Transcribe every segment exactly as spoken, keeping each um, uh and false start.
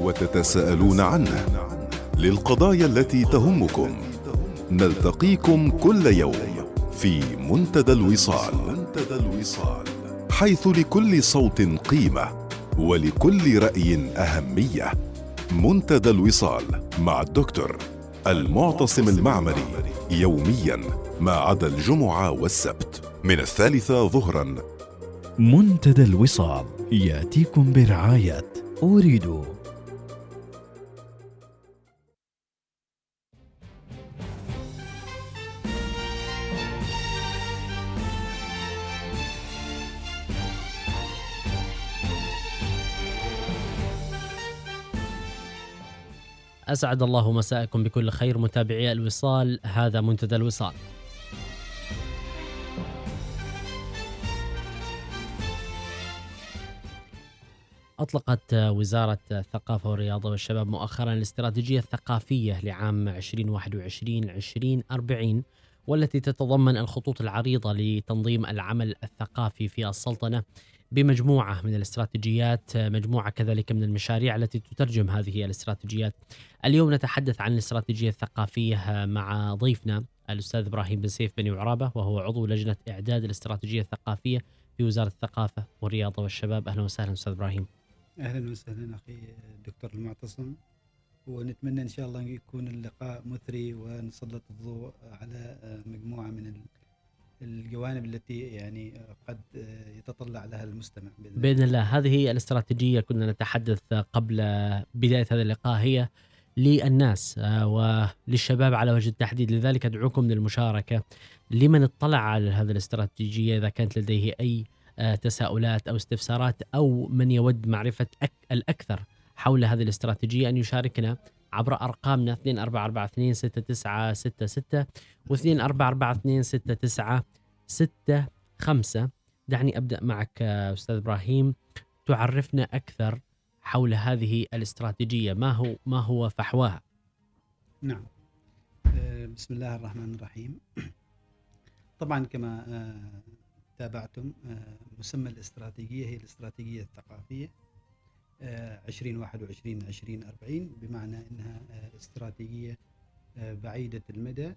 وتتساءلون عنه، للقضايا التي تهمكم. نلتقيكم كل يوم في منتدى الوصال، حيث لكل صوت قيمة ولكل رأي أهمية. منتدى الوصال مع الدكتور المعتصم المعمري، يوميا ما عدا الجمعة والسبت من الثالثة ظهرا. منتدى الوصال يأتيكم برعاية أوريدو. أسعد الله مساءكم بكل خير متابعي الوصال، هذا منتدى الوصال. أطلقت وزارة الثقافة والرياضة والشباب مؤخرا الاستراتيجية الثقافية لعام عشرين واحد وعشرين عشرين أربعين، والتي تتضمن الخطوط العريضة لتنظيم العمل الثقافي في السلطنة بمجموعة من الاستراتيجيات، مجموعة كذلك من المشاريع التي تترجم هذه الاستراتيجيات. اليوم نتحدث عن الاستراتيجية الثقافية مع ضيفنا الأستاذ إبراهيم بن سيف بن عرابة، وهو عضو لجنة إعداد الاستراتيجية الثقافية في وزارة الثقافة والرياضة والشباب. أهلا وسهلا أستاذ إبراهيم. أهلا وسهلا أخي الدكتور المعتصم، ونتمنى إن شاء الله يكون اللقاء مثري ونسلط الضوء على مجموعة من الجوانب التي يعني قد يتطلع لها المستمع بإذن, بإذن الله. هذه هي الاستراتيجية كنا نتحدث قبل بداية هذا اللقاء، هي للناس وللشباب على وجه التحديد، لذلك أدعوكم للمشاركة. لمن اطلع على هذه الاستراتيجية إذا كانت لديه أي تساؤلات أو استفسارات، أو من يود معرفة أك الأكثر حول هذه الاستراتيجية، أن يشاركنا عبر أرقامنا اثنين أربعة أربعة اثنين ستة تسعة ستة ستة واثنين أربعة أربعة اثنين ستة تسعة ستة خمسة. دعني أبدأ معك أستاذ إبراهيم، تعرفنا أكثر حول هذه الاستراتيجية، ما هو ما هو فحواها؟ نعم، بسم الله الرحمن الرحيم. طبعا كما تابعتم، مسمى الاستراتيجية هي الاستراتيجية الثقافية عشرين واحد وعشرين عشرين أربعين، بمعنى أنها استراتيجية بعيدة المدى.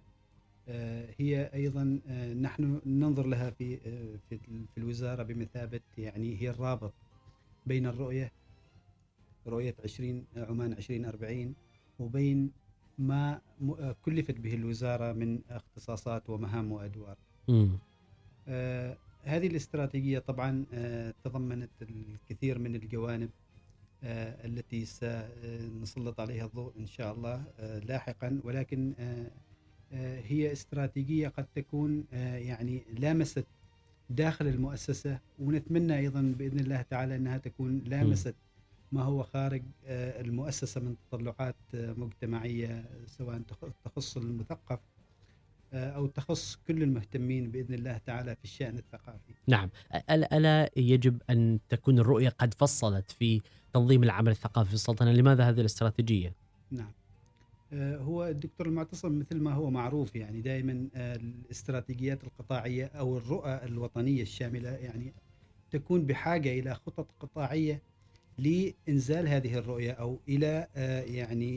هي أيضا نحن ننظر لها في في الوزارة بمثابة يعني هي الرابط بين الرؤية رؤية عشرين عمان عشرين أربعين وبين ما كلفت به الوزارة من اختصاصات ومهام وأدوار. م. آه هذه الاستراتيجية طبعا آه تضمنت الكثير من الجوانب آه التي سنسلط عليها الضوء إن شاء الله آه لاحقا، ولكن آه آه هي استراتيجية قد تكون آه يعني لامست داخل المؤسسة، ونتمنى أيضا بإذن الله تعالى أنها تكون لامست ما هو خارج آه المؤسسة من تطلعات آه مجتمعية، سواء تخص المثقف أو تخص كل المهتمين بإذن الله تعالى في الشأن الثقافي. نعم، ألا يجب أن تكون الرؤية قد فصلت في تنظيم العمل الثقافي في السلطنة؟ لماذا هذه الاستراتيجية؟ نعم، هو الدكتور المعتصم مثل ما هو معروف، يعني دائما الاستراتيجيات القطاعية أو الرؤى الوطنية الشاملة يعني تكون بحاجة إلى خطط قطاعية لإنزال هذه الرؤية، أو إلى يعني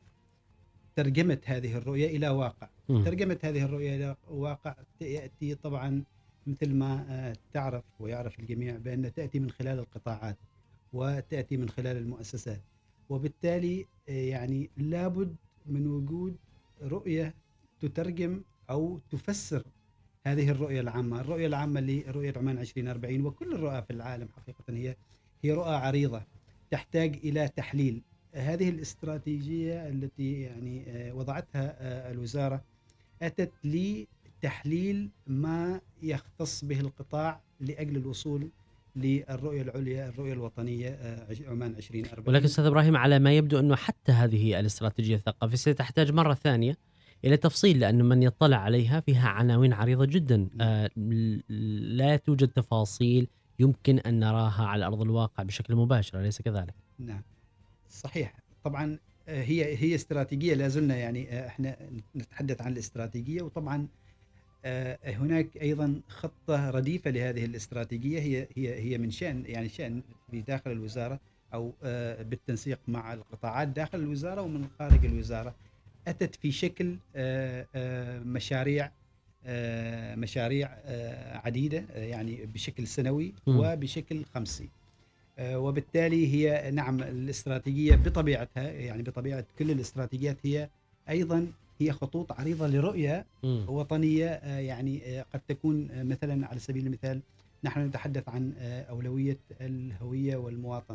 ترجمة هذه الرؤية إلى واقع. م. ترجمة هذه الرؤية إلى واقع يأتي طبعا مثل ما تعرف ويعرف الجميع بأن تأتي من خلال القطاعات وتأتي من خلال المؤسسات، وبالتالي يعني لابد من وجود رؤية تترجم أو تفسر هذه الرؤية العامة. الرؤية العامة لرؤية عمان عشرين أربعين وكل الرؤى في العالم حقيقة هي هي رؤى عريضة تحتاج إلى تحليل. هذه الاستراتيجية التي يعني وضعتها الوزارة أتت لتحليل ما يختص به القطاع لأجل الوصول للرؤية العليا، الرؤية الوطنية عمان عشرين أربعين. ولكن أستاذ إبراهيم، على ما يبدو أنه حتى هذه الاستراتيجية الثقافية ستحتاج مرة ثانية إلى تفصيل، لأنه من يطلع عليها فيها عناوين عريضة جدا. آه لا توجد تفاصيل يمكن أن نراها على أرض الواقع بشكل مباشر، أليس كذلك؟ نعم صحيح. طبعا هي هي استراتيجية، لازلنا يعني احنا نتحدث عن الاستراتيجية، وطبعا هناك ايضا خطة رديفة لهذه الاستراتيجية. هي هي هي من شأن يعني شأن بداخل الوزارة أو بالتنسيق مع القطاعات داخل الوزارة ومن خارج الوزارة أتت في شكل مشاريع مشاريع عديدة، يعني بشكل سنوي وبشكل خمسي. وبالتالي هي نعم الاستراتيجية بطبيعتها، يعني بطبيعة كل الاستراتيجيات هي أيضا هي خطوط عريضة لرؤية م. وطنية. يعني قد تكون مثلا على سبيل المثال نحن نتحدث عن أولوية الهوية والمواطنة.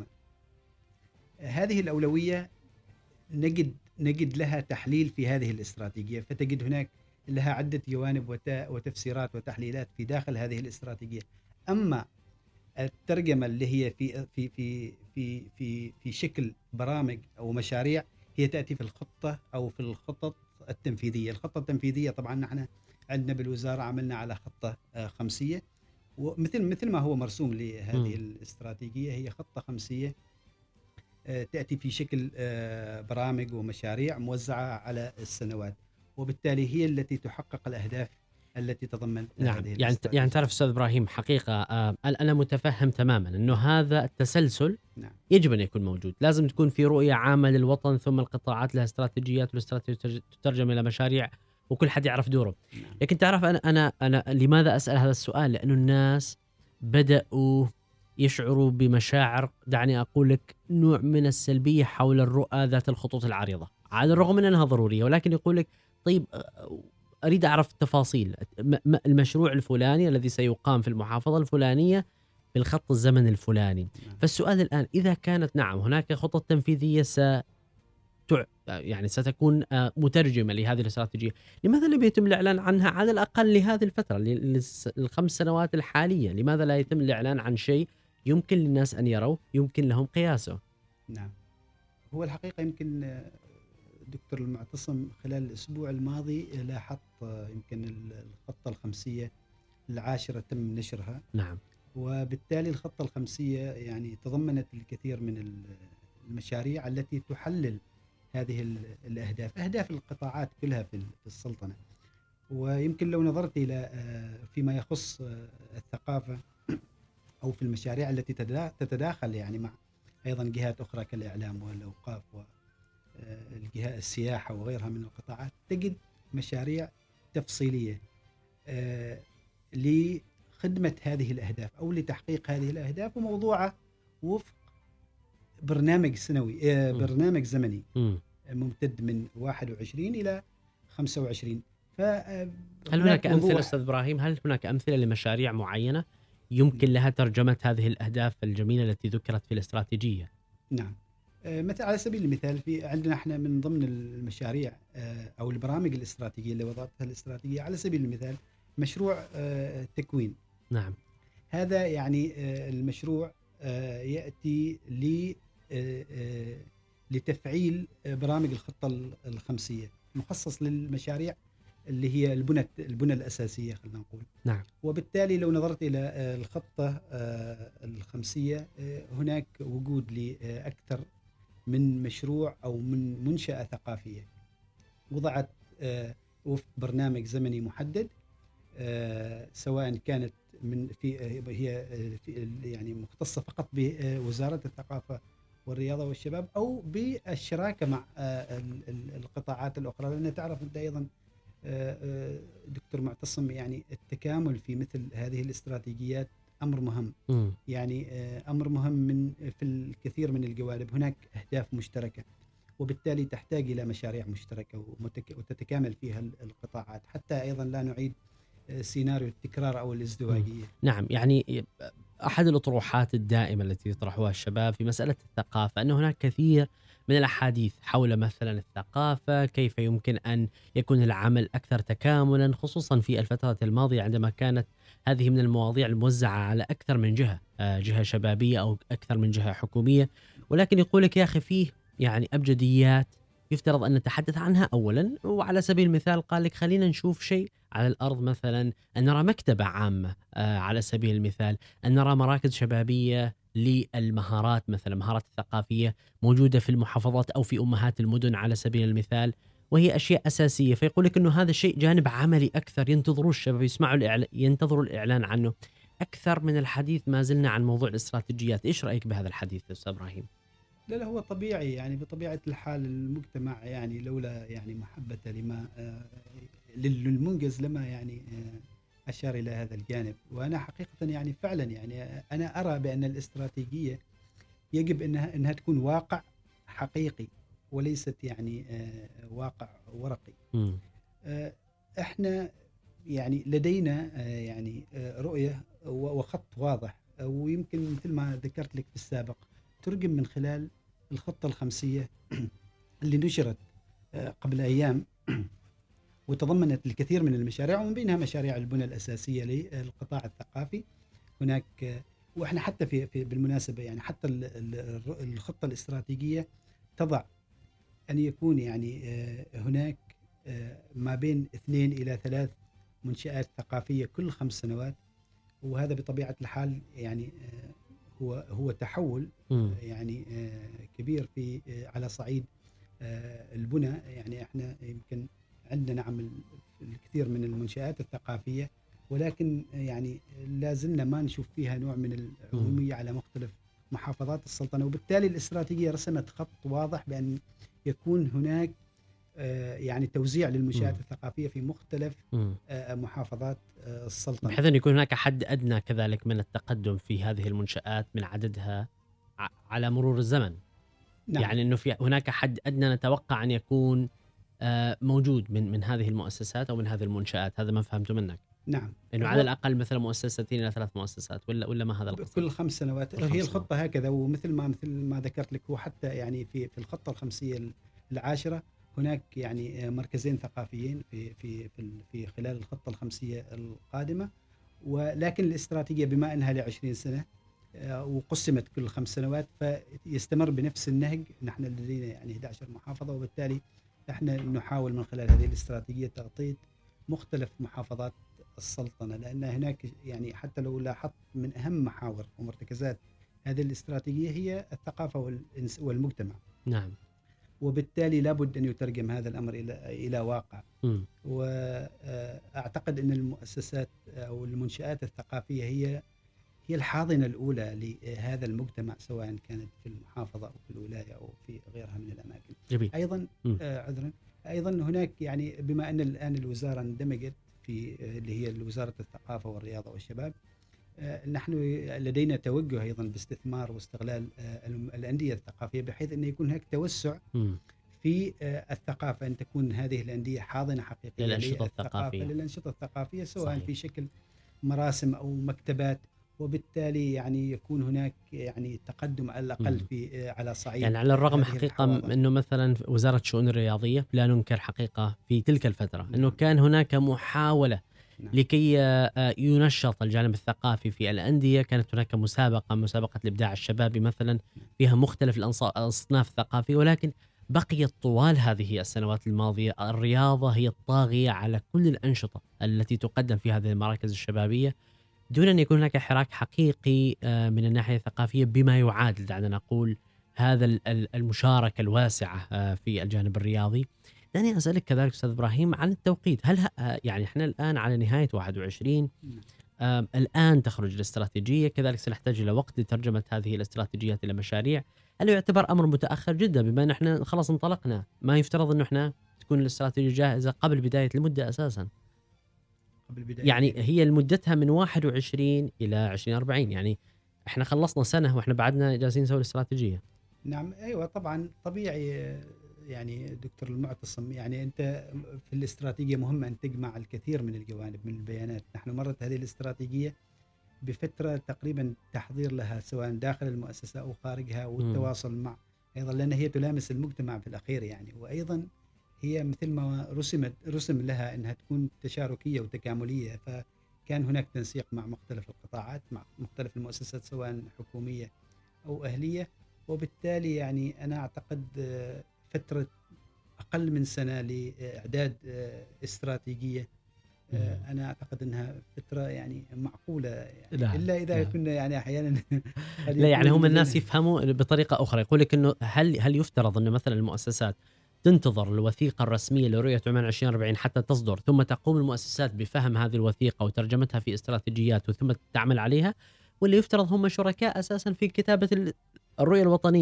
هذه الأولوية نجد نجد لها تحليل في هذه الاستراتيجية، فتجد هناك لها عدة جوانب وتفسيرات وتحليلات في داخل هذه الاستراتيجية. أما الترجمة اللي هي في في في في في في شكل برامج أو مشاريع هي تأتي في الخطة أو في الخطط التنفيذية. الخطة التنفيذية طبعا نحن عندنا بالوزارة عملنا على خطة خمسية، ومثل مثل ما هو مرسوم لهذه م. الاستراتيجية هي خطة خمسية تأتي في شكل برامج ومشاريع موزعة على السنوات، وبالتالي هي التي تحقق الأهداف التي تضمن نعم. هذه يعني يعني تعرف أستاذ إبراهيم حقيقة آه أنا متفهم تماما أنه هذا التسلسل نعم. يجب أن يكون موجود. لازم تكون في رؤية عامة للوطن، ثم القطاعات لها استراتيجيات، والاستراتيجيات تترجم إلى مشاريع، وكل حد يعرف دوره نعم. لكن تعرف أنا أنا أنا لماذا أسأل هذا السؤال؟ لأنه الناس بدأوا يشعروا بمشاعر، دعني أقول لك، نوع من السلبية حول الرؤى ذات الخطوط العريضة، على الرغم من أنها ضرورية، ولكن يقول لك طيب أريد أعرف التفاصيل، المشروع الفلاني الذي سيقام في المحافظة الفلانية بالخط الزمن الفلاني. فالسؤال الآن إذا كانت نعم هناك خطة تنفيذية ستع... يعني ستكون مترجمة لهذه الاستراتيجية، لماذا لم يتم الإعلان عنها على الأقل لهذه الفترة للخمس سنوات الحالية؟ لماذا لا يتم الإعلان عن شيء يمكن للناس أن يروا، يمكن لهم قياسه؟ نعم، هو الحقيقة يمكن دكتور المعتصم خلال الأسبوع الماضي لاحظت يمكن الخطة الخمسية العاشرة تم نشرها. نعم. وبالتالي الخطة الخمسية يعني تضمنت الكثير من المشاريع التي تحلل هذه الأهداف، أهداف القطاعات كلها في السلطنة. ويمكن لو نظرت إلى فيما يخص الثقافة أو في المشاريع التي تتداخل يعني مع أيضا جهات أخرى كالإعلام والأوقاف والجهات السياحة وغيرها من القطاعات، تجد مشاريع تفصيلية لخدمة هذه الأهداف أو لتحقيق هذه الأهداف، وموضوعة وفق برنامج سنوي برنامج زمني ممتد من واحد وعشرين إلى خمسة وعشرين. هل هناك أمثلة أستاذ إبراهيم؟ هل هناك أمثلة لمشاريع معينة يمكن لها ترجمة هذه الأهداف الجميلة التي ذكرت في الاستراتيجية؟ نعم، مثل على سبيل المثال في عندنا احنا من ضمن المشاريع أو البرامج الاستراتيجية اللي وضعتها الاستراتيجية، على سبيل المثال مشروع تكوين. نعم، هذا يعني المشروع يأتي ل لتفعيل برامج الخطة الخمسية، مخصص للمشاريع اللي هي البنى البنى الأساسية خلينا نقول. نعم. وبالتالي لو نظرت إلى الخطة الخمسية هناك وجود لأكثر من مشروع أو من منشأة ثقافية وضعت وفق برنامج زمني محدد، سواء كانت من في هي في يعني مختصة فقط بوزارة الثقافة والرياضة والشباب أو بالشراكة مع القطاعات الأخرى، لأن تعرف أنت أيضا دكتور معتصم يعني التكامل في مثل هذه الاستراتيجيات أمر مهم. م. يعني أمر مهم من في الكثير من الجوانب، هناك أهداف مشتركة وبالتالي تحتاج إلى مشاريع مشتركة وتتكامل فيها القطاعات حتى أيضا لا نعيد سيناريو التكرار أو الازدواجية. نعم، يعني أحد الأطروحات الدائمة التي يطرحها الشباب في مسألة الثقافة أن هناك كثير من الأحاديث حول مثلا الثقافة، كيف يمكن أن يكون العمل أكثر تكاملا، خصوصا في الفترة الماضية عندما كانت هذه من المواضيع الموزعة على أكثر من جهة، جهة شبابية أو أكثر من جهة حكومية. ولكن يقول لك يا أخي فيه يعني أبجديات يفترض أن نتحدث عنها أولا، وعلى سبيل المثال قال لك خلينا نشوف شيء على الأرض، مثلا أن نرى مكتبة عامة على سبيل المثال، أن نرى مراكز شبابية للمهارات مثلا مهارات الثقافية موجودة في المحافظات أو في أمهات المدن على سبيل المثال، وهي أشياء أساسية. فيقول لك أنه هذا الشيء جانب عملي أكثر، ينتظروا الشباب يسمعوا الإعلان، ينتظروا الإعلان عنه أكثر من الحديث ما زلنا عن موضوع الاستراتيجيات. إيش رأيك بهذا الحديث أستاذ إبراهيم؟ لا لا هو طبيعي يعني بطبيعة الحال المجتمع يعني لولا يعني محبة لما آه، للمنجز لما يعني آه، أشار إلى هذا الجانب. وأنا حقيقة يعني فعلا يعني أنا أرى بأن الاستراتيجية يجب أنها أنها تكون واقع حقيقي وليست يعني آه، واقع ورقي. م. آه، احنا يعني لدينا آه، يعني آه، رؤية و- وخط واضح، آه، ويمكن مثل ما ذكرت لك في السابق ترجم من خلال الخطة الخمسية اللي نشرت آه، قبل أيام وتضمنت الكثير من المشاريع ومن بينها مشاريع البنى الأساسية للقطاع الثقافي. هناك آه، واحنا حتى في, في بالمناسبة يعني حتى ال- ال- الخطة الاستراتيجية تضع أن يكون يعني آه، هناك آه، ما بين اثنين إلى ثلاث منشآت ثقافية كل خمس سنوات. وهذا بطبيعة الحال يعني آه، هو هو تحول م. يعني آه، كبير في آه، على صعيد آه، البنى. يعني احنا يمكن عندنا نعم الكثير من المنشآت الثقافية، ولكن يعني لا زلنا ما نشوف فيها نوع من العمومية على مختلف محافظات السلطنة. وبالتالي الاستراتيجية رسمت خط واضح بأن يكون هناك آه، يعني توزيع للمنشآت م. الثقافية في مختلف م. آه، محافظات آه، السلطنة. بحيث أن يكون هناك حد أدنى كذلك من التقدم في هذه المنشآت من عددها ع- على مرور الزمن. نعم. يعني أنه في هناك حد أدنى نتوقع أن يكون آه، موجود من من هذه المؤسسات أو من هذه المنشآت. هذا ما فهمته منك، نعم أنه على الأقل مثلا مؤسستين إلى ثلاث مؤسسات، ولا ولا ما هذا القصد؟ كل خمس سنوات كل هي خمس الخطة هكذا. ومثل ما مثل ما ذكرت لك هو حتى يعني في في الخطة الخمسية العاشرة هناك يعني مركزين ثقافيين في في في في خلال الخطة الخمسية القادمة. ولكن الاستراتيجية بما أنها لعشرين سنة آه، وقسمت كل خمس سنوات فيستمر بنفس النهج. نحن لدينا يعني إحدى عشرة محافظة، وبالتالي احنا نحاول من خلال هذه الاستراتيجية تغطية مختلف محافظات السلطنة. لأن هناك يعني حتى لو لاحظت من أهم محاور ومرتكزات هذه الاستراتيجية هي الثقافة والإنس- والمجتمع. نعم. وبالتالي لابد أن يترجم هذا الأمر إلى إلى واقع. م. وأعتقد أن المؤسسات أو المنشآت الثقافية هي هي الحاضنة الأولى لهذا المجتمع، سواء كانت في المحافظة أو في الولاية أو في غيرها من الأماكن. جميل. أيضا م. آه، عذرا أيضا هناك يعني بما أن الآن الوزارة اندمجت في آه، اللي هي وزارة الثقافة والرياضة والشباب، آه، نحن لدينا توجه أيضا باستثمار واستغلال آه، الأندية الثقافية بحيث أن يكون هناك توسع م. في آه، الثقافة، أن تكون هذه الأندية حاضنة حقيقية للأنشطة للثقافة- الثقافية. للأنشطة الثقافية سواء صحيح. في شكل مراسم أو مكتبات. وبالتالي يعني يكون هناك يعني تقدم على الأقل م. في آه، على صعيد يعني على الرغم هذه حقيقة الحواضن. أنه مثلا وزارة الشؤون الرياضية لا ننكر حقيقة في تلك الفترة نعم. أنه كان هناك محاولة نعم. لكي آه، ينشط الجانب الثقافي في الأندية. كانت هناك مسابقة مسابقة الإبداع الشبابي مثلا فيها مختلف الأنص- الأصناف الثقافية، ولكن بقيت طوال هذه السنوات الماضية الرياضة هي الطاغية على كل الأنشطة التي تقدم في هذه المراكز الشبابية، دون أن يكون هناك حراك حقيقي آه، من الناحية الثقافية بما يعادل دعنا نقول هذا ال- ال- المشاركة الواسعة آه، في الجانب الرياضي. دعني أسألك كذلك أستاذ إبراهيم عن التوقيت. هل ه- آه، يعني إحنا الآن على نهاية واحد وعشرين، نعم. آم، الآن تخرج الاستراتيجية، كذلك سنحتاج إلى وقت لترجمة هذه الاستراتيجيات إلى مشاريع. هل يعتبر أمر متأخر جدا بما أن إحنا خلاص انطلقنا؟ ما يفترض أنه إحنا تكون الاستراتيجية جاهزة قبل بداية المدة أساسا؟ قبل بداية يعني هي مدتها من واحد وعشرين إلى عشرين أربعين، يعني إحنا خلصنا سنة وإحنا بعدنا جالسين نسوي الاستراتيجية. نعم أيوة طبعا طبيعي. آه، يعني دكتور المعتصم يعني أنت في الاستراتيجية مهم أن تجمع الكثير من الجوانب من البيانات. نحن مرت هذه الاستراتيجية بفترة تقريبا تحضير لها سواء داخل المؤسسة أو خارجها، والتواصل مع أيضا لأن هي تلامس المجتمع في الأخير يعني. وأيضا هي مثل ما رسمت رسم لها أنها تكون تشاركية وتكاملية، فكان هناك تنسيق مع مختلف القطاعات مع مختلف المؤسسات سواء حكومية أو أهلية. وبالتالي يعني أنا أعتقد آه، فترة أقل من سنة لإعداد آه، استراتيجية آه، أنا أعتقد أنها فترة يعني معقولة يعني. لا، إلا إذا لا. كنا يعني أحيانا قد لا يعني يكون هم الناس لدينا- يفهموا بطريقة أخرى، يقول لك إنه هل هل يفترض إنه مثلا المؤسسات تنتظر الوثيقة الرسمية لرؤية عمان عشرين أربعين حتى تصدر، ثم تقوم المؤسسات بفهم هذه الوثيقة وترجمتها في استراتيجيات وثم تعمل عليها، ولا يفترض هم شركاء أساسا في كتابة ال- الرؤية الوطنية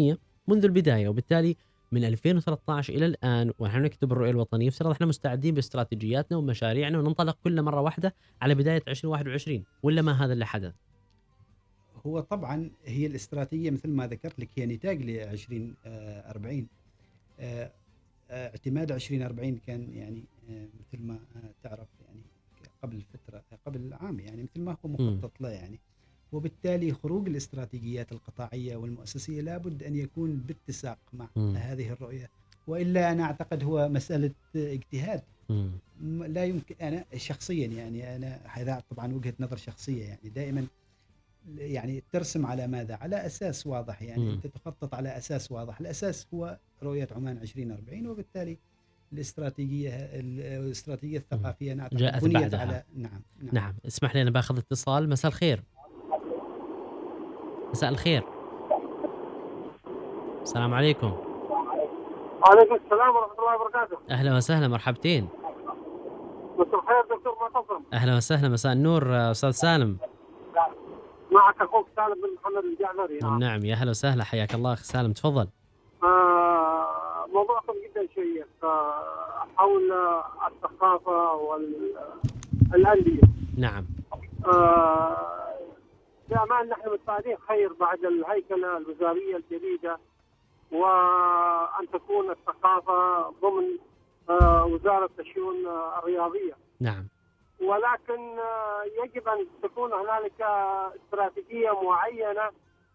منذ البداية، وبالتالي من ألفين وثلاثة عشر إلى الآن ونحن نكتب الرؤية الوطنية افترض احنا مستعدين باستراتيجياتنا ومشاريعنا وننطلق كل مرة واحدة على بداية ألفين وواحد وعشرين، ولا ما هذا اللي حدث؟ هو طبعا هي الاستراتيجية مثل ما ذكرت لك هي نتاج ل عشرين أربعين. اعتماد عشرين أربعين كان يعني مثل ما تعرف يعني قبل فترة قبل عام يعني مثل ما هو مخطط له يعني، وبالتالي خروج الاستراتيجيات القطاعية والمؤسسية لابد أن يكون باتساق مع م. هذه الرؤية، وإلا أنا أعتقد هو مسألة اجتهاد. م. لا يمكن، أنا شخصيا يعني أنا هذا طبعا وجهة نظر شخصية يعني دائما يعني ترسم على ماذا؟ على أساس واضح يعني م. أنت تخطط على أساس واضح، الأساس هو رؤية عمان عشرين أربعين، وبالتالي الاستراتيجية الاستراتيجية الثقافية جاءت بعدها. على نعم, نعم نعم اسمح لي أنا باخذ اتصال. مساء الخير. مساء الخير. السلام عليكم. وعليكم السلام ورحمة الله وبركاته. أهلا وسهلا، مرحبتين. مساء الخير دكتور معتصم. أهلا وسهلا، مساء النور أستاذ سالم. معك أخوك سالم بن محمد الجعفري. نعم يا أهلا وسهلا، حياك الله أخي سالم، تفضل. آه موضوعكم جدا شيق آه حول الثقافة والأندية. نعم. آه بأمان نحن متفائلين خير بعد الهيكلة الوزارية الجديدة، وأن تكون الثقافة ضمن آه وزارة الشؤون الرياضية. نعم. ولكن يجب أن تكون هنالك استراتيجية معينة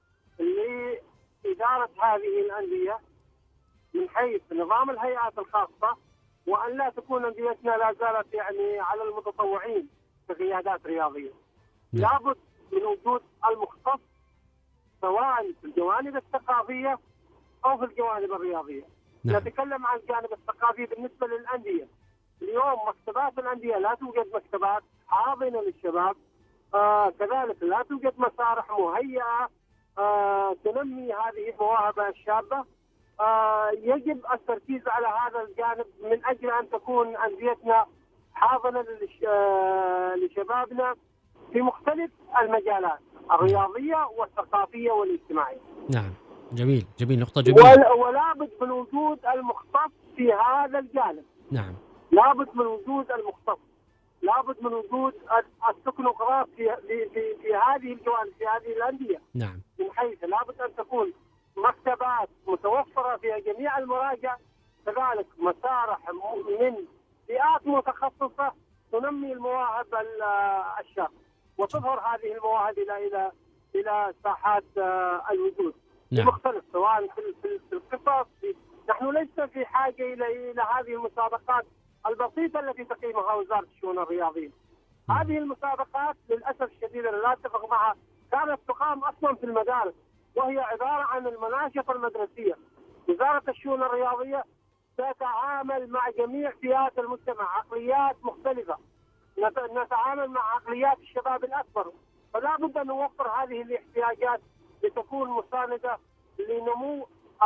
لإدارة هذه الأندية من حيث نظام الهيئات الخاصة، وأن لا تكون أنديتنا لا زالت يعني على المتطوعين في قيادات رياضية. لابد من وجود المختص سواء في الجوانب الثقافية أو في الجوانب الرياضية. نعم. نتكلم عن الجانب الثقافي بالنسبة للأندية. اليوم مكتبات الأندية لا توجد مكتبات حاضنة للشباب، آه كذلك لا توجد مسارح مهيئة آه تنمي هذه المواهب الشابة. آه يجب التركيز على هذا الجانب من أجل أن تكون أنديتنا حاضنة آه لشبابنا في مختلف المجالات الرياضية والثقافية والاجتماعية. نعم جميل جميل، نقطة جميلة. ولا بد من وجود المختص في هذا الجانب. نعم. لابد من وجود المختص، لابد من وجود التكنوقراط في في في, في هذه الجوانب في هذه الأندية. نعم. من حيث لابد أن تكون مكتبات متوفرة فيها جميع المراجع، كذلك مسارح من فئات متخصصة تنمي المواهب الشابة وتظهر هذه المواهب إلى إلى إلى ساحات الوجود. نعم. مختلف سواء في في القصص. نحن لسه في حاجة إلى إلى هذه المسابقات البسيطة التي تقيمها وزارة الشؤون الرياضية. م. هذه المسابقات للأسف الشديد لا أتفق معها، كانت تقام أصلا في المدارس وهي عبارة عن المناشط المدرسية. وزارة الشؤون الرياضية تتعامل مع جميع فئات المجتمع، عقليات مختلفة، نتعامل مع عقليات الشباب الأكبر، فلا بد أن نوفر هذه الاحتياجات لتكون مساندة لنمو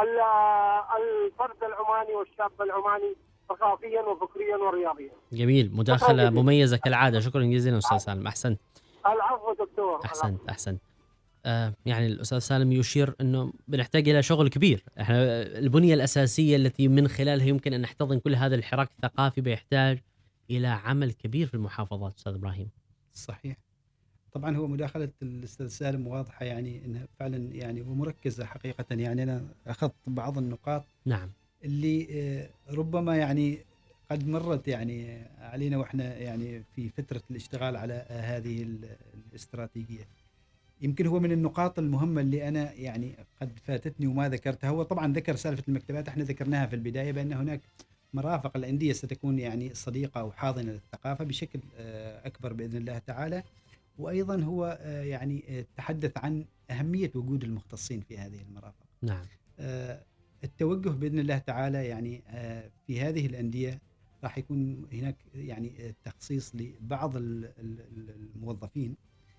الفرد العماني والشاب العماني ثقافيا وفكريا ورياضيا. جميل، مداخلة مميزة كالعادة، شكرا جزيلا أستاذ سالم، أحسنت. العفو دكتور. أحسنت أحسنت. آه يعني الأستاذ سالم يشير أنه بنحتاج إلى شغل كبير. إحنا البنية الأساسية التي من خلالها يمكن أن نحتضن كل هذا الحراك الثقافي بيحتاج إلى عمل كبير في المحافظات. أستاذ إبراهيم. صحيح. طبعا هو مداخلة الأستاذ سالم واضحة يعني أنها فعلا يعني ومركزة حقيقة. يعني أنا أخذت بعض النقاط نعم اللي ربما يعني قد مرت يعني علينا وإحنا يعني في فترة الاشتغال على هذه الاستراتيجية. يمكن هو من النقاط المهمة اللي أنا يعني قد فاتتني وما ذكرتها. هو طبعا ذكر سالفة المكتبات، احنا ذكرناها في البداية بأن هناك مرافق الأندية ستكون يعني صديقة وحاضنة للثقافة بشكل أكبر بإذن الله تعالى. وأيضا هو يعني تحدث عن أهمية وجود المختصين في هذه المرافق. نعم. التوجه بإذن الله تعالى يعني في هذه الأندية راح يكون هناك يعني تخصيص لبعض الموظفين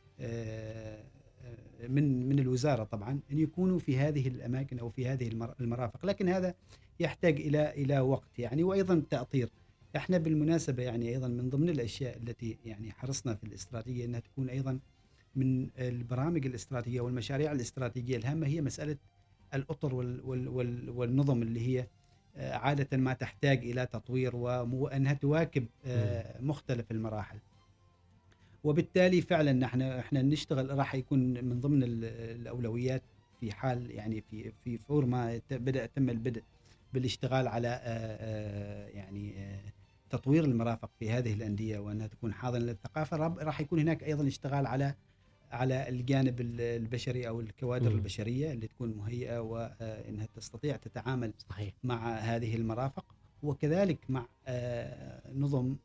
من من الوزارة طبعا أن يكونوا في هذه الأماكن أو في هذه المرافق، لكن هذا يحتاج إلى إلى وقت يعني، وأيضا تأطير. احنا بالمناسبة يعني أيضا من ضمن الأشياء التي يعني حرصنا في الاستراتيجية أنها تكون أيضا من البرامج الاستراتيجية والمشاريع الاستراتيجية الهامة هي مسألة الأطر وال وال وال والنظم اللي هي عادة ما تحتاج إلى تطوير وأنها تواكب مختلف المراحل. وبالتالي فعلا نحن احنا نشتغل، راح يكون من ضمن الأولويات في حال يعني في في فور ما بدأ تم البدء بالاشتغال على يعني تطوير المرافق في هذه الأندية وأنها تكون حاضنة للثقافة. راح يكون هناك أيضا اشتغال على على الجانب البشري أو الكوادر م. البشرية اللي تكون مهيئة وأنها تستطيع تتعامل صحيح. مع هذه المرافق، وكذلك مع نظم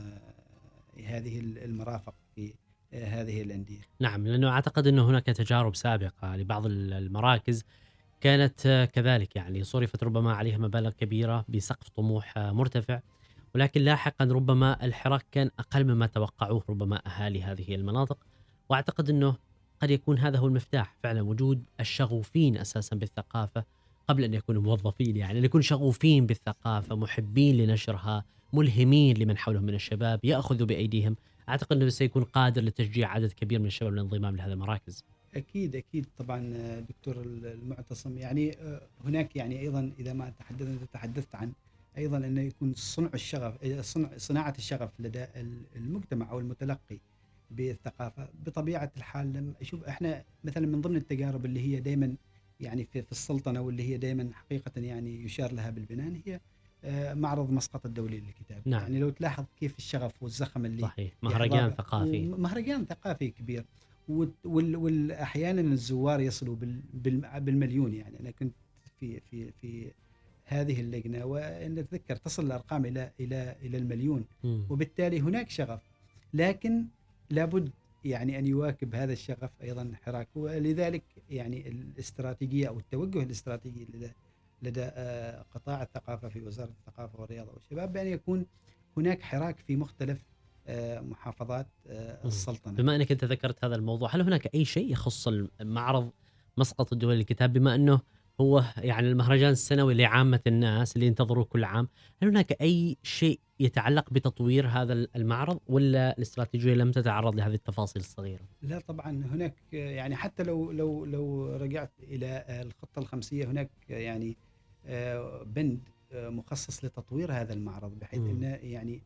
هذه المرافق في هذه الأندية. نعم، لأنه أعتقد أنه هناك تجارب سابقة لبعض المراكز كانت كذلك، يعني صرفت ربما عليها مبالغ كبيرة بسقف طموح مرتفع، ولكن لاحقا ربما الحراك كان أقل مما توقعوه ربما أهالي هذه المناطق. وأعتقد أنه قد يكون هذا هو المفتاح فعلا، وجود الشغوفين أساسا بالثقافة قبل أن يكونوا موظفين، يعني أن يكون شغوفين بالثقافة، محبين لنشرها، ملهمين لمن حولهم من الشباب، يأخذوا بأيديهم. أعتقد أنه سيكون قادر لتشجيع عدد كبير من الشباب للانضمام لهذه المراكز. أكيد أكيد طبعا دكتور المعتصم، يعني هناك يعني أيضا إذا ما تحدثت تحدثت عن أيضا أنه يكون صنع الشغف، صنع صناعة الشغف لدى المجتمع أو المتلقي بالثقافة. بطبيعة الحال لما أشوف إحنا مثلا من ضمن التجارب اللي هي دائما يعني في, في السلطنة واللي هي دائما حقيقة يعني يشار لها بالبنان هي معرض مسقط الدولي للكتاب. نعم. يعني لو تلاحظ كيف الشغف والزخم اللي صحيح، مهرجان ثقافي مهرجان ثقافي كبير، والأحيانا الزوار يصلوا بالمليون. يعني أنا كنت في في في هذه اللجنة وأن أتذكر تصل الأرقام إلى إلى إلى المليون. م. وبالتالي هناك شغف، لكن لابد يعني أن يواكب هذا الشغف أيضا حراك. ولذلك يعني الاستراتيجية أو التوجه الاستراتيجي لدى لدى قطاع الثقافة في وزارة الثقافة والرياضة والشباب بأن يكون هناك حراك في مختلف محافظات السلطنة. بما أنك أنت ذكرت هذا الموضوع، هل هناك أي شيء يخص المعرض مسقط الدولي للكتاب، بما أنه هو يعني المهرجان السنوي لعامة الناس اللي ينتظروا كل عام، هل هناك أي شيء يتعلق بتطوير هذا المعرض ولا الاستراتيجية لم تتعرض لهذه التفاصيل الصغيرة؟ لا طبعا هناك يعني حتى لو لو لو رجعت إلى الخطة الخمسية هناك يعني بند مخصص لتطوير هذا المعرض بحيث م. أنه يعني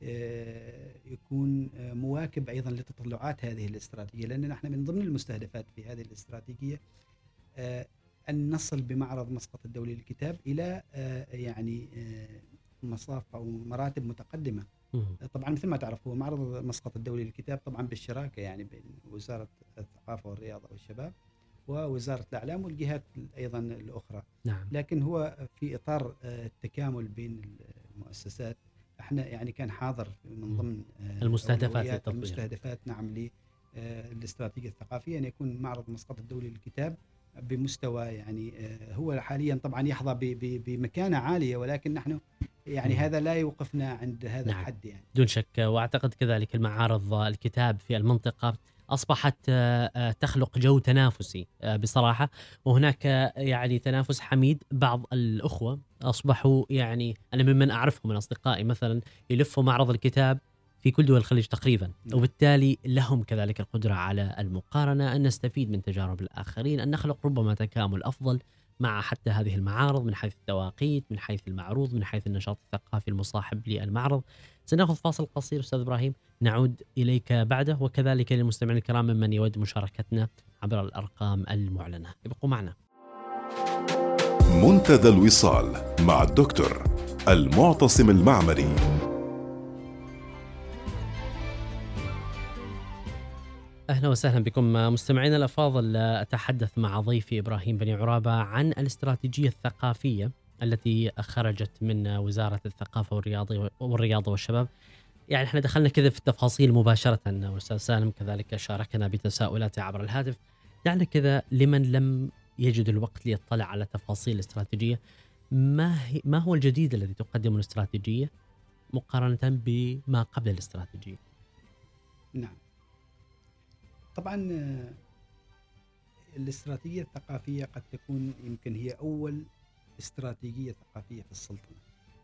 يكون مواكب أيضا لتطلعات هذه الاستراتيجية، لأن نحن من ضمن المستهدفات في هذه الاستراتيجية أن نصل بمعرض مسقط الدولي للكتاب إلى يعني مصاف أو مراتب متقدمة. طبعا مثل ما تعرف هو معرض مسقط الدولي للكتاب طبعا بالشراكة يعني بين وزارة الثقافة والرياضة والشباب ووزارة الإعلام والجهات أيضا الأخرى. نعم. لكن هو في إطار التكامل بين المؤسسات. احنا يعني كان حاضر من ضمن المستهدفات المستهدفات نعم للاستراتيجية الثقافية أن يكون معرض مسقط الدولي للكتاب بمستوى يعني هو حاليا طبعا يحظى بمكانة عالية، ولكن نحن يعني م. هذا لا يوقفنا عند هذا نعم. الحد يعني. دون شك. وأعتقد كذلك المعارض الكتاب في المنطقة أصبحت تخلق جو تنافسي بصراحة، وهناك يعني تنافس حميد. بعض الأخوة أصبحوا يعني أنا ممن أعرفهم من أصدقائي مثلا يلفوا معرض الكتاب في كل دول الخليج تقريبا، وبالتالي لهم كذلك القدرة على المقارنة، أن نستفيد من تجارب الآخرين، أن نخلق ربما تكامل أفضل مع حتى هذه المعارض من حيث التواقيت، من حيث المعروض، من حيث النشاط الثقافي المصاحب للمعرض. سنأخذ فاصل قصير أستاذ إبراهيم، نعود إليك بعده، وكذلك للمستمعين الكرام ممن يود مشاركتنا عبر الأرقام المعلنة. ابقوا معنا. منتدى الوصال مع الدكتور المعتصم المعمري. أهلا وسهلا بكم مستمعينا الأفاضل. أتحدث مع ضيفي إبراهيم بني عرابة عن الاستراتيجية الثقافية التي خرجت من وزارة الثقافة والرياضة والرياضة والشباب. يعني احنا دخلنا كذا في التفاصيل مباشرة، والأستاذ سالم كذلك شاركنا بتساؤلاته عبر الهاتف. دعنا كذا لمن لم يجد الوقت ليطلع على تفاصيل الاستراتيجية، ما هي ما هو الجديد الذي تقدمه الاستراتيجية مقارنة بما قبل الاستراتيجية؟ نعم طبعا الاستراتيجية الثقافية قد تكون يمكن هي أول استراتيجية ثقافية في السلطنة،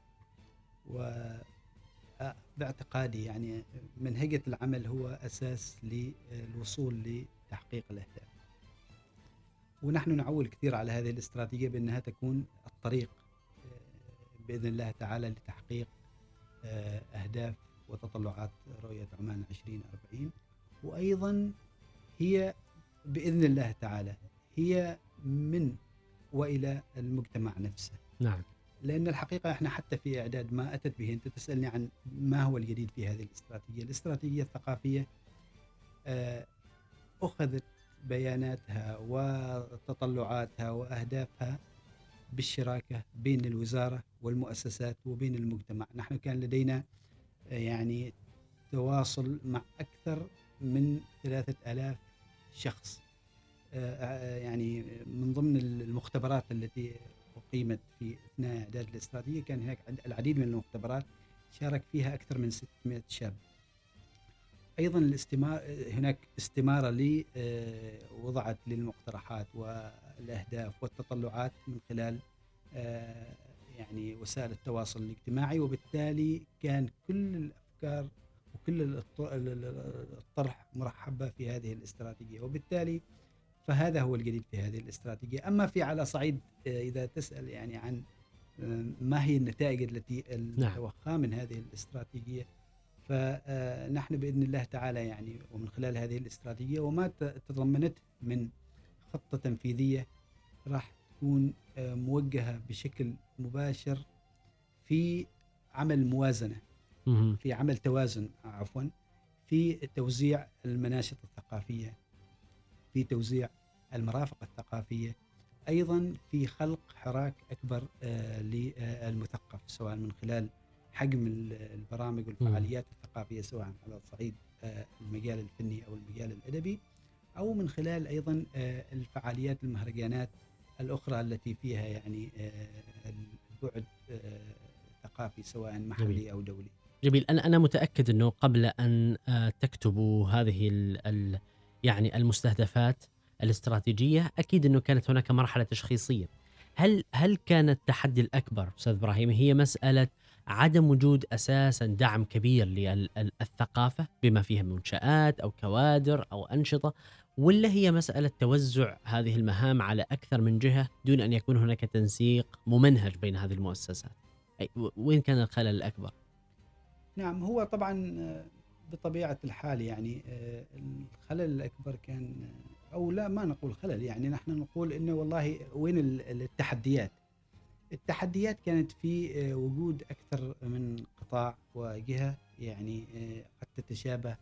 وباعتقادي يعني منهجة العمل هو أساس للوصول لتحقيق الأهداف. ونحن نعول كثير على هذه الاستراتيجية بأنها تكون الطريق بإذن الله تعالى لتحقيق أهداف وتطلعات رؤية عمان عشرين أربعين، وأيضا هي بإذن الله تعالى هي من وإلى المجتمع نفسه. نعم. لأن الحقيقة إحنا حتى في إعداد ما أتت به، أنت تسألني عن ما هو الجديد في هذه الاستراتيجية. الاستراتيجية الثقافية أخذت بياناتها وتطلعاتها وأهدافها بالشراكة بين الوزارة والمؤسسات وبين المجتمع. نحن كان لدينا يعني تواصل مع أكثر من ثلاثة آلاف شخص، يعني من ضمن المختبرات التي أقيمت في أثناء إعداد الاستراتيجية كان هناك العديد من المختبرات شارك فيها أكثر من ستمائة شاب. أيضا الاستمار هناك استمارة لي وضعت للمقترحات والأهداف والتطلعات من خلال يعني وسائل التواصل الاجتماعي، وبالتالي كان كل الأفكار وكل الطرح مرحبة في هذه الاستراتيجية، وبالتالي فهذا هو الجديد في هذه الاستراتيجية. أما في على صعيد إذا تسأل يعني عن ما هي النتائج التي المتوقعة من هذه الاستراتيجية، فنحن بإذن الله تعالى يعني ومن خلال هذه الاستراتيجية وما تضمنته من خطة تنفيذية راح تكون موجهة بشكل مباشر في عمل موازنة، في عمل توازن عفوا في توزيع المناشط الثقافية، في توزيع المرافق الثقافية، أيضا في خلق حراك أكبر للمثقف سواء من خلال حجم البرامج والفعاليات الثقافية سواء على صعيد المجال الفني أو المجال الأدبي، أو من خلال أيضا الفعاليات المهرجانات الأخرى التي فيها يعني البعد ثقافي سواء محلي جميل. أو دولي. جميل. أنا أنا متأكد أنه قبل أن تكتبوا هذه ال ال يعني المستهدفات الاستراتيجية أكيد أنه كانت هناك مرحلة تشخيصية. هل هل كان التحدي الأكبر أستاذ إبراهيم هي مسألة عدم وجود أساسا دعم كبير للثقافة بما فيها منشآت أو كوادر أو أنشطة، ولا هي مسألة توزع هذه المهام على أكثر من جهة دون أن يكون هناك تنسيق ممنهج بين هذه المؤسسات؟ وين كان الخلل الأكبر؟ نعم، هو طبعا بطبيعة الحال يعني الخلل الأكبر كان، أو لا ما نقول خلل، يعني نحن نقول إنه والله وين التحديات. التحديات كانت في وجود أكثر من قطاع وجهة يعني قد تتشابه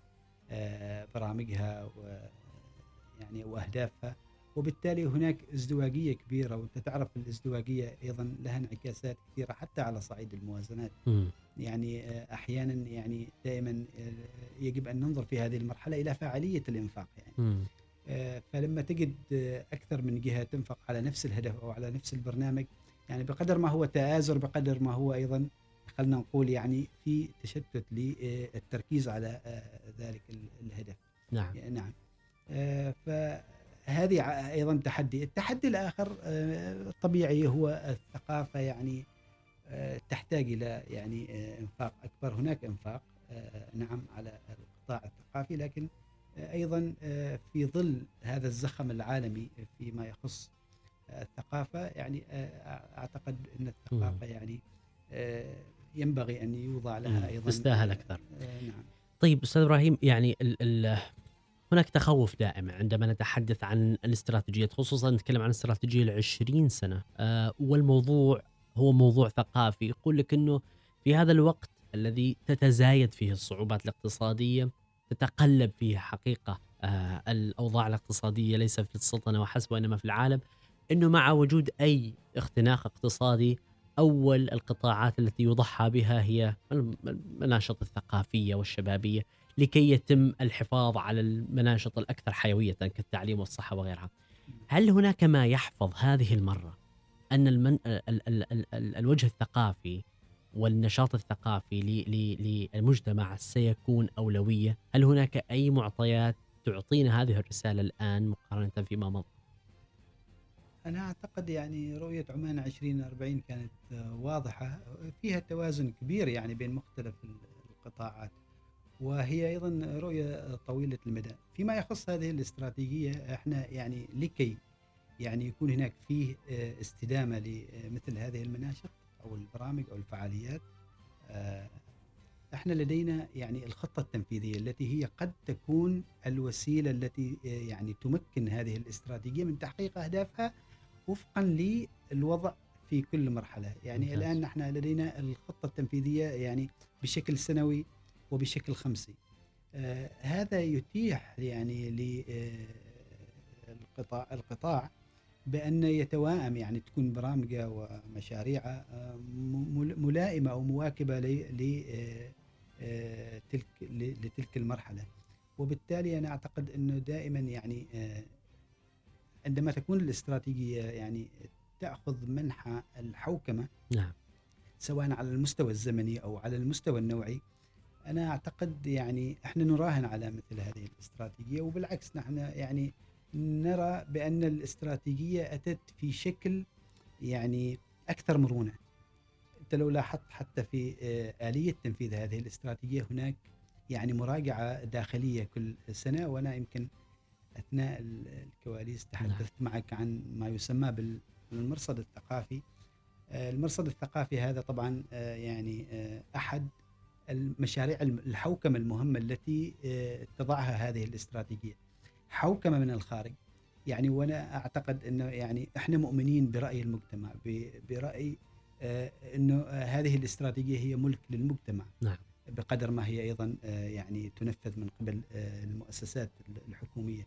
برامجها ويعني وأهدافها، وبالتالي هناك ازدواجية كبيرة، وأنت تعرف الازدواجية أيضا لها انعكاسات كثيرة حتى على صعيد الموازنات. م. يعني أحيانا يعني دائما يجب أن ننظر في هذه المرحلة إلى فاعلية الإنفاق يعني. م. فلما تجد أكثر من جهة تنفق على نفس الهدف أو على نفس البرنامج، يعني بقدر ما هو تآزر بقدر ما هو أيضا خلنا نقول يعني في تشتت للتركيز على ذلك الهدف. نعم. نعم. فهذه أيضا تحدي. التحدي الآخر طبيعي هو الثقافة، يعني تحتاج إلى يعني إنفاق أكبر. هناك إنفاق نعم على القطاع الثقافي، لكن أيضا في ظل هذا الزخم العالمي فيما يخص الثقافة، يعني أعتقد أن الثقافة يعني ينبغي أن يوضع لها أيضا تستاهل أكثر. نعم. طيب أستاذ إبراهيم، يعني ال ال هناك تخوف دائم عندما نتحدث عن الاستراتيجيات، خصوصا نتكلم عن استراتيجية العشرين سنة، آه والموضوع هو موضوع ثقافي. يقول لك أنه في هذا الوقت الذي تتزايد فيه الصعوبات الاقتصادية، تتقلب فيه حقيقة آه الأوضاع الاقتصادية ليس في السلطنة وحسب وإنما في العالم، أنه مع وجود أي اختناق اقتصادي أول القطاعات التي يضحى بها هي المناشط الثقافية والشبابية لكي يتم الحفاظ على المناشط الأكثر حيوية كالتعليم والصحة وغيرها. هل هناك ما يحفظ هذه المرة أن المن... ال... ال... ال... ال... الوجه الثقافي والنشاط الثقافي للمجتمع سيكون أولوية؟ هل هناك أي معطيات تعطينا هذه الرسالة الآن مقارنة فيما مضى؟ أنا أعتقد يعني رؤية عمان عشرين أربعين كانت واضحة، فيها توازن كبير يعني بين مختلف القطاعات، وهي أيضا رؤية طويلة المدى. فيما يخص هذه الاستراتيجية، احنا يعني لكي يعني يكون هناك فيه آه، استدامة لمثل هذه المناشط أو البرامج أو الفعاليات. آه، احنا لدينا يعني الخطة التنفيذية التي هي قد تكون الوسيلة التي آه، يعني تمكن هذه الاستراتيجية من تحقيق أهدافها وفقا للوضع في كل مرحلة. يعني ممتاز. الآن نحن لدينا الخطة التنفيذية يعني بشكل سنوي وبشكل خمسي. آه هذا يتيح يعني للقطاع القطاع بأن يتوائم، يعني تكون برامجه ومشاريعه آه ملائمة أو مواكبة لتلك لتلك المرحلة. وبالتالي أنا أعتقد أنه دائما يعني آه عندما تكون الاستراتيجية يعني تأخذ منحى الحوكمة، نعم، سواء على المستوى الزمني أو على المستوى النوعي، أنا أعتقد يعني إحنا نراهن على مثل هذه الاستراتيجية. وبالعكس نحن يعني نرى بأن الاستراتيجية أتت في شكل يعني أكثر مرونة. أنت لو لاحظت حتى في آلية تنفيذ هذه الاستراتيجية هناك يعني مراجعة داخلية كل سنة. وأنا يمكن أثناء الكواليس تحدثت نعم. معك عن ما يسمى بالمرصد الثقافي. المرصد الثقافي هذا طبعا يعني أحد المشاريع الحوكمة المهمة التي تضعها هذه الاستراتيجية، حوكمة من الخارج. يعني وأنا أعتقد أنه يعني إحنا مؤمنين برأي المجتمع، برأي أنه هذه الاستراتيجية هي ملك للمجتمع نعم. بقدر ما هي أيضا يعني تنفذ من قبل المؤسسات الحكومية.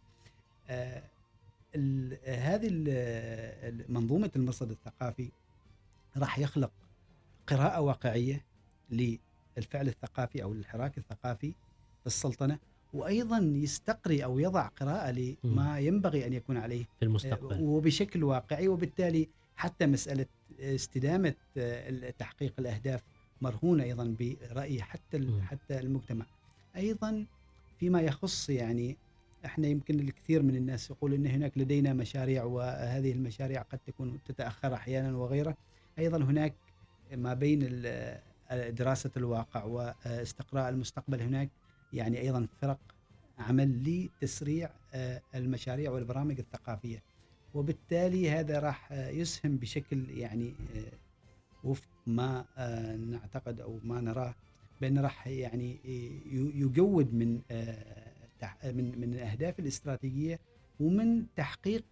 هذه منظومة المرصد الثقافي راح يخلق قراءة واقعية للفعل الثقافي أو الحراك الثقافي في السلطنة، وأيضا يستقري أو يضع قراءة لما ينبغي أن يكون عليه في المستقبل وبشكل واقعي. وبالتالي حتى مسألة استدامة تحقيق الأهداف مرهونة أيضا برأي حتى م. حتى المجتمع. أيضا فيما يخص يعني احنا يمكن الكثير من الناس يقول ان هناك لدينا مشاريع وهذه المشاريع قد تكون تتأخر احيانا وغيره. ايضا هناك ما بين دراسة الواقع واستقراء المستقبل هناك يعني ايضا فرق عمل لتسريع المشاريع والبرامج الثقافية. وبالتالي هذا راح يسهم بشكل يعني وفق ما نعتقد او ما نراه بأن راح يعني يجود من من من الاهداف الاستراتيجيه ومن تحقيق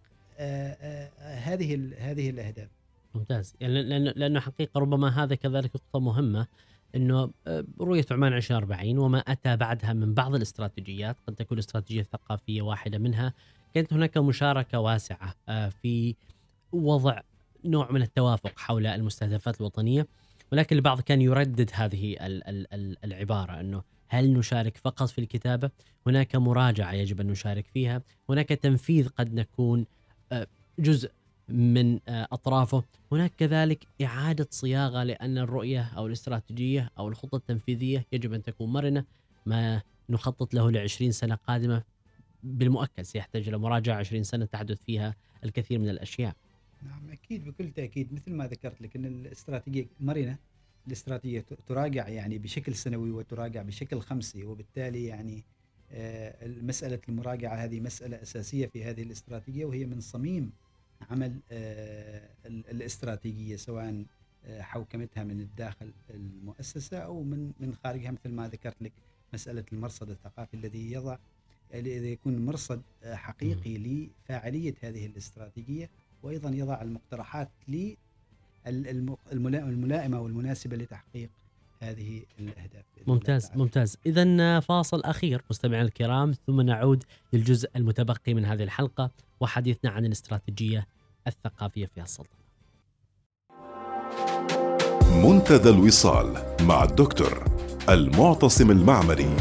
هذه هذه الاهداف. ممتاز. يعني لانه لانه حقيقه ربما هذا كذلك نقطه مهمه، انه رؤيه عمان عشرين أربعين وما اتى بعدها من بعض الاستراتيجيات قد تكون الاستراتيجيه الثقافيه واحده منها، كانت هناك مشاركه واسعه في وضع نوع من التوافق حول المستهدفات الوطنيه، ولكن البعض كان يردد هذه العبارة أنه هل نشارك فقط في الكتابة؟ هناك مراجعة يجب أن نشارك فيها، هناك تنفيذ قد نكون جزء من أطرافه، هناك كذلك إعادة صياغة لأن الرؤية أو الاستراتيجية أو الخطة التنفيذية يجب أن تكون مرنة. ما نخطط له لعشرين سنة قادمة بالمؤكد سيحتاج إلى مراجعة عشرين سنة تحدث فيها الكثير من الأشياء. نعم أكيد بكل تأكيد، مثل ما ذكرت لك أن الاستراتيجية مرنة، الاستراتيجية تراجع يعني بشكل سنوي وتراجع بشكل خمسي. وبالتالي يعني مسألة المراجعة هذه مسألة أساسية في هذه الاستراتيجية، وهي من صميم عمل الاستراتيجية سواء حوكمتها من الداخل المؤسسة أو من من خارجها. مثل ما ذكرت لك مسألة المرصد الثقافي الذي يضع الذي يكون مرصد حقيقي لفاعلية هذه الاستراتيجية، وأيضا يضع المقترحات للملائمة والمناسبة لتحقيق هذه الأهداف. ممتاز ممتاز. إذن فاصل أخير مستمعينا الكرام، ثم نعود للجزء المتبقي من هذه الحلقة وحديثنا عن الاستراتيجية الثقافية في السلطنة. منتدى الوصال مع الدكتور المعتصم المعمري.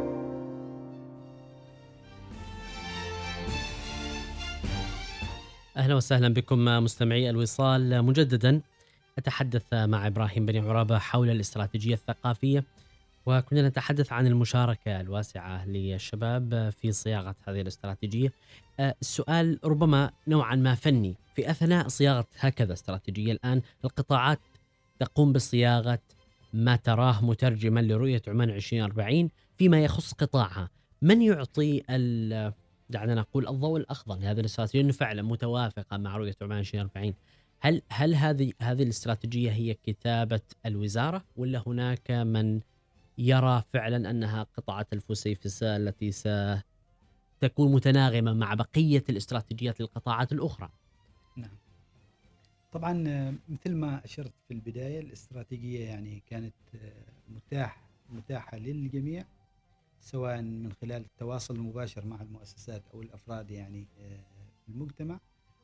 أهلا وسهلا بكم مستمعي الوصال مجددا. أتحدث مع إبراهيم بن عرابة حول الاستراتيجية الثقافية، وكنا نتحدث عن المشاركة الواسعة للشباب في صياغة هذه الاستراتيجية. السؤال ربما نوعا ما فني، في أثناء صياغة هكذا استراتيجية الآن القطاعات تقوم بصياغة ما تراه مترجما لرؤية عمان عشرين أربعين فيما يخص قطاعها، من يعطي دعنا نقول الضوء الأخضر لهذه الاستراتيجية أنه فعلا متوافقة مع رؤية عمان ألفين وأربعين. هل هل هذه هذه الاستراتيجية هي كتابة الوزارة، ولا هناك من يرى فعلا أنها قطعة الفسيفساء التي ستكون متناغمة مع بقية الاستراتيجيات للقطاعات الأخرى؟ نعم، طبعا آه، مثل ما أشرت في البداية، الاستراتيجية يعني كانت آه، متاح متاحة للجميع، سواء من خلال التواصل المباشر مع المؤسسات أو الأفراد يعني آه، في المجتمع،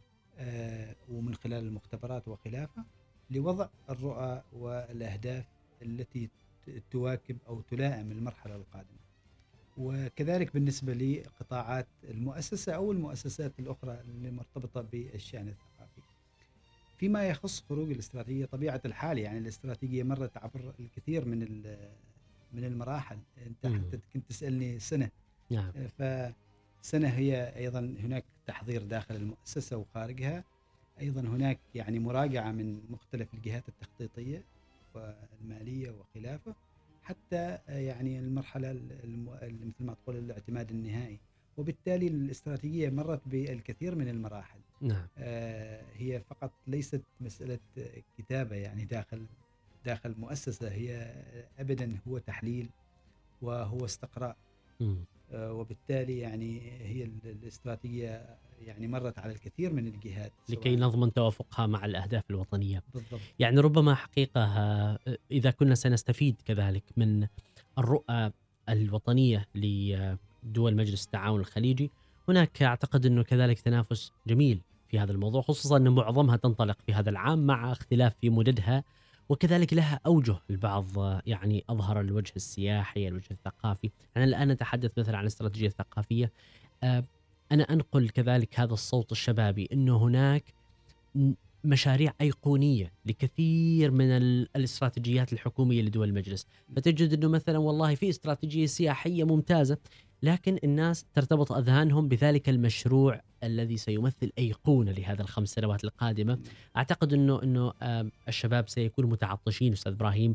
آه، ومن خلال المختبرات وخلافه، لوضع الرؤى والأهداف التي ت- تواكب أو تلائم المرحلة القادمة. وكذلك بالنسبة لقطاعات المؤسسة أو المؤسسات الأخرى اللي مرتبطة بالشأن الثقافي. فيما يخص خروج الاستراتيجية، طبيعة الحال يعني الاستراتيجية مرت عبر الكثير من ال- من المراحل. أنت مم. حتى كنت تسألني سنة، نعم. فسنة هي أيضا هناك تحضير داخل المؤسسة وخارجها، أيضا هناك يعني مراجعة من مختلف الجهات التخطيطية والمالية وخلافه، حتى يعني المرحلة الم- مثل ما تقول الاعتماد النهائي. وبالتالي الاستراتيجية مرت بالكثير من المراحل. نعم. آه، هي فقط ليست مسألة كتابة يعني داخل داخل مؤسسة، هي أبدا هو تحليل وهو استقراء. مم. آه، وبالتالي يعني هي ال- الاستراتيجية يعني مرت على الكثير من الجهات لكي سواء. نضمن توافقها مع الأهداف الوطنية. بالضبط. يعني ربما حقيقة آه، إذا كنا سنستفيد كذلك من الرؤى الوطنية لدول مجلس التعاون الخليجي، هناك أعتقد أنه كذلك تنافس جميل في هذا الموضوع، خصوصا أن معظمها تنطلق في هذا العام مع اختلاف في مددها، وكذلك لها أوجه. البعض آه، يعني أظهر الوجه السياحي، الوجه الثقافي. أنا الآن نتحدث مثلا عن الاستراتيجية الثقافية. آه، أنا أنقل كذلك هذا الصوت الشبابي، أنه هناك م- مشاريع أيقونية لكثير من ال- الاستراتيجيات الحكومية لدول المجلس. فتجد أنه مثلا والله في استراتيجية سياحية ممتازة، لكن الناس ترتبط أذهانهم بذلك المشروع الذي سيمثل أيقونة لهذا الخمس سنوات القادمة. أعتقد أنه أنه آم، الشباب سيكونوا متعطشين أستاذ إبراهيم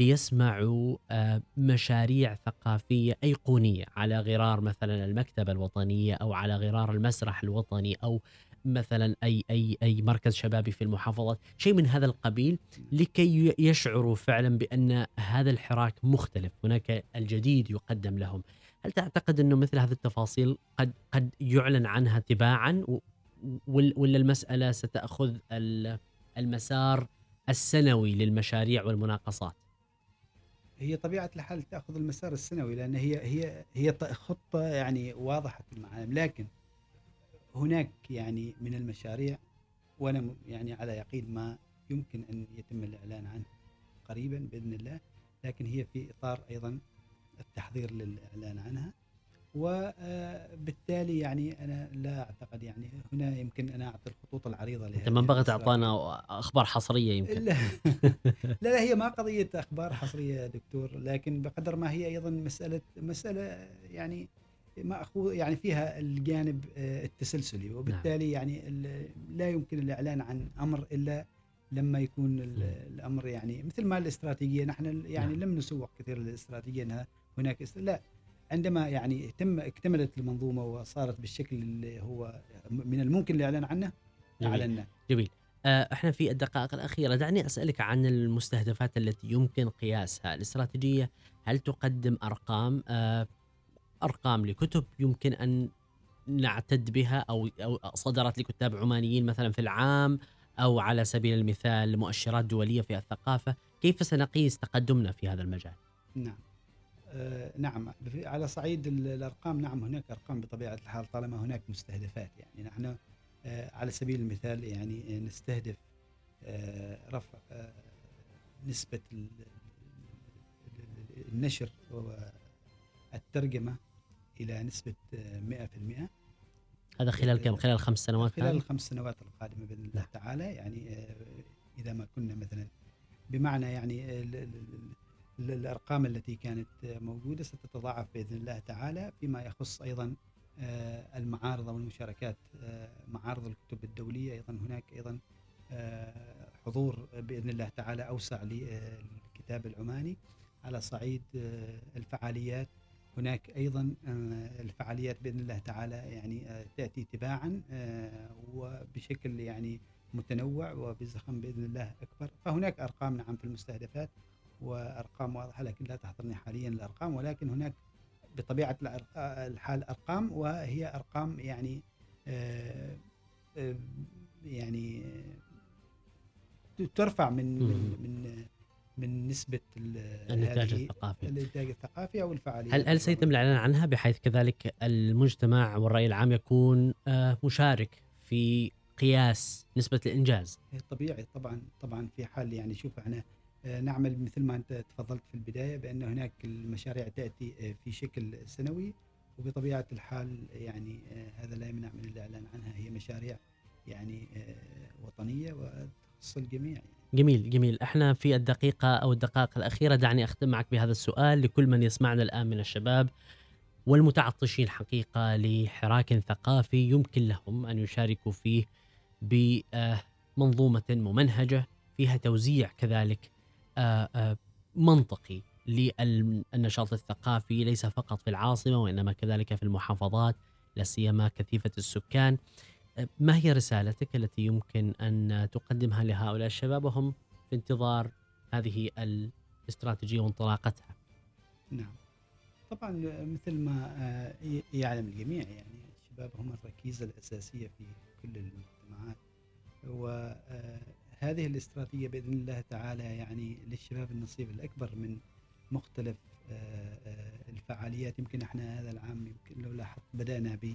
ليسمعوا آم، مشاريع ثقافية أيقونية على غرار مثلا المكتبة الوطنية، أو على غرار المسرح الوطني، أو مثلا أي أي أي مركز شبابي في المحافظات، شيء من هذا القبيل، لكي يشعروا فعلا بأن هذا الحراك مختلف، هناك الجديد يقدم لهم. هل تعتقد أنه مثل هذه التفاصيل قد قد يعلن عنها تباعا، و- وال- ولا المسألة ستأخذ ال- المسار السنوي للمشاريع والمناقصات؟ هي طبيعة الحال تأخذ المسار السنوي، لأن هي هي هي ط- خطة يعني واضحة المعالم، لكن هناك يعني من المشاريع، وأنا م- يعني على يقين ما يمكن أن يتم الإعلان عنه قريبا بإذن الله، لكن هي في إطار أيضا التحضير للإعلان عنها. وبالتالي يعني أنا لا أعتقد يعني هنا يمكن أنا أعطي الخطوط العريضة أنت لهذه من بغى الاستراتيجية. تعطانا أخبار حصرية يمكن. لا لا لا، هي ما قضية أخبار حصرية يا دكتور، لكن بقدر ما هي أيضا مسألة مسألة يعني مأخوذ يعني فيها الجانب آه، التسلسلي، وبالتالي يعني ال- لا يمكن الإعلان عن أمر إلا لما يكون ال- الأمر يعني مثل ما الاستراتيجية. نحن يعني نعم. لم نسوق كثير للاستراتيجية أنها هناك است... لا، عندما يعني تم اكتملت المنظومة وصارت بالشكل اللي هو من الممكن الإعلان عنه جميل. أعلنا. جميل. آه، احنا في الدقائق الأخيرة دعني أسألك عن المستهدفات التي يمكن قياسها الاستراتيجية. هل تقدم أرقام آه، أرقام لكتب يمكن أن نعتد بها، أو أو صدرت لكتاب عمانيين مثلا في العام، أو على سبيل المثال مؤشرات دولية في الثقافة؟ كيف سنقيس تقدمنا في هذا المجال؟ نعم. آه نعم، بف- على صعيد ال- الأرقام، نعم هناك أرقام بطبيعة الحال طالما هناك مستهدفات. يعني نحن آه على سبيل المثال يعني آه، نستهدف آه رفع آه نسبة ال- ال- النشر والترجمة إلى نسبة آه، مئة في المئة هذا خلال كم؟ خلال الخمس سنوات خلال هذه؟ الخمس سنوات القادمة بإذن الله نعم. تعالى. يعني آه، إذا ما كنا مثلا بمعنى يعني ال- ال- ال- الأرقام التي كانت موجودة ستتضاعف بإذن الله تعالى. فيما يخص أيضا آه، المعارض والمشاركات، آه، معارض الكتب الدولية، أيضا هناك أيضا آه، حضور بإذن الله تعالى أوسع للكتاب العماني على صعيد آه، الفعاليات هناك أيضا الفعاليات بإذن الله تعالى يعني تأتي تباعا وبشكل يعني متنوع وبزخم بإذن الله أكبر. فهناك أرقام نعم في المستهدفات وأرقام واضحة، لكن لا تحضرني حاليا الأرقام، ولكن هناك بطبيعة الحال أرقام، وهي أرقام يعني يعني ترفع من من من من نسبة الإنتاج الثقافي الإنتاج الثقافي أو الفعاليات. هل هل سيتم الإعلان عنها بحيث كذلك المجتمع والرأي العام يكون مشارك في قياس نسبة الإنجاز؟ طبيعي طبعا طبعا في حال يعني شوف احنا نعمل مثل ما أنت تفضلت في البداية بأن هناك المشاريع تأتي في شكل سنوي، وبطبيعة الحال يعني هذا لا يمنع من الإعلان عنها. هي مشاريع يعني وطنية وتخص الجميع يعني. جميل جميل. احنا في الدقيقة أو الدقائق الأخيرة دعني أختم معك بهذا السؤال لكل من يسمعنا الآن من الشباب والمتعطشين حقيقة لحراك ثقافي يمكن لهم أن يشاركوا فيه بمنظومة ممنهجة فيها توزيع كذلك منطقي للنشاط الثقافي ليس فقط في العاصمة وإنما كذلك في المحافظات لا سيما كثيفة السكان. ما هي رسالتك التي يمكن أن تقدمها لهؤلاء الشباب وهم في انتظار هذه الاستراتيجية وانطلاقتها؟ نعم طبعا مثل ما يعلم الجميع يعني الشباب هم الركيزة الأساسية في كل المجتمعات، وهذه الاستراتيجية بإذن الله تعالى يعني للشباب النصيب الأكبر من مختلف الفعاليات. يمكن احنا هذا العام يمكن لو لاحظت بدأنا ب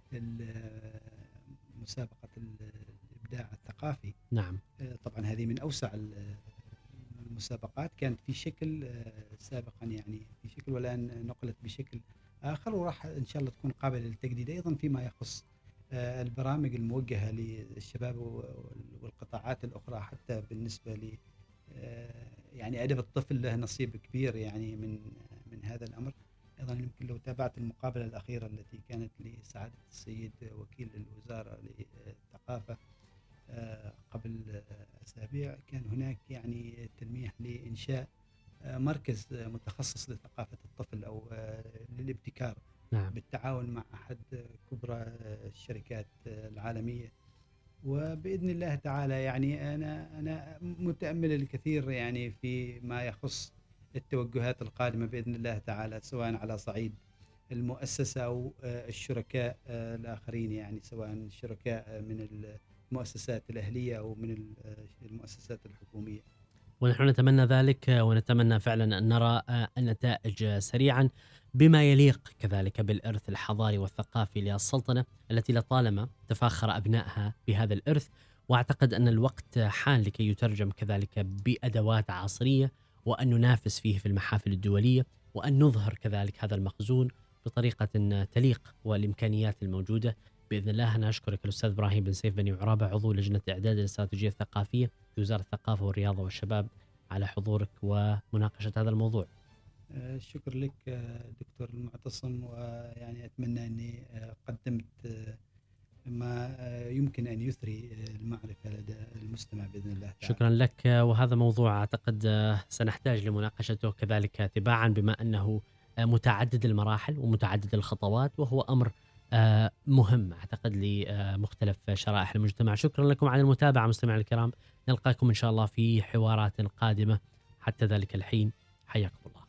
مسابقة الإبداع الثقافي. نعم طبعا هذه من أوسع المسابقات، كانت في شكل سابقا يعني في شكل والآن نقلت بشكل آخر، وراح إن شاء الله تكون قابلة للتجديد أيضا فيما يخص البرامج الموجهة للشباب والقطاعات الأخرى، حتى بالنسبة ل يعني أدب الطفل له نصيب كبير يعني من من هذا الأمر. أيضا يمكن لو تابعت المقابلة الأخيرة التي كانت لسعادة السيد وكيل الوزارة للثقافة قبل أسابيع، كان هناك يعني تلميح لإنشاء مركز متخصص لثقافة الطفل أو للابتكار. نعم. بالتعاون مع أحد كبرى الشركات العالمية، وبإذن الله تعالى يعني أنا أنا متأمل الكثير يعني في ما يخص التوجهات القادمة بإذن الله تعالى، سواء على صعيد المؤسسة أو الشركاء الآخرين، يعني سواء الشركاء من المؤسسات الأهلية أو من المؤسسات الحكومية. ونحن نتمنى ذلك ونتمنى فعلا أن نرى النتائج سريعا بما يليق كذلك بالإرث الحضاري والثقافي للسلطنة التي لطالما تفاخر أبنائها بهذا الإرث. وأعتقد أن الوقت حان لكي يترجم كذلك بأدوات عصرية وأن ننافس فيه في المحافل الدولية، وأن نظهر كذلك هذا المخزون بطريقة تليق والإمكانيات الموجودة بإذن الله. أنا أشكرك الأستاذ إبراهيم بن سيف بني عرابة عضو لجنة إعداد الاستراتيجية الثقافية في وزارة الثقافة والرياضة والشباب على حضورك ومناقشة هذا الموضوع. الشكر لك دكتور المعتصم، ويعني أتمنى أني قدمت ما يمكن أن يثري المعرفة لدى المستمع بإذن الله تعالى. شكرا لك. وهذا موضوع أعتقد سنحتاج لمناقشته كذلك تباعا بما أنه متعدد المراحل ومتعدد الخطوات، وهو أمر مهم أعتقد لمختلف شرائح المجتمع. شكرا لكم على المتابعة مستمعي الكرام، نلقاكم إن شاء الله في حوارات قادمة. حتى ذلك الحين حياكم الله.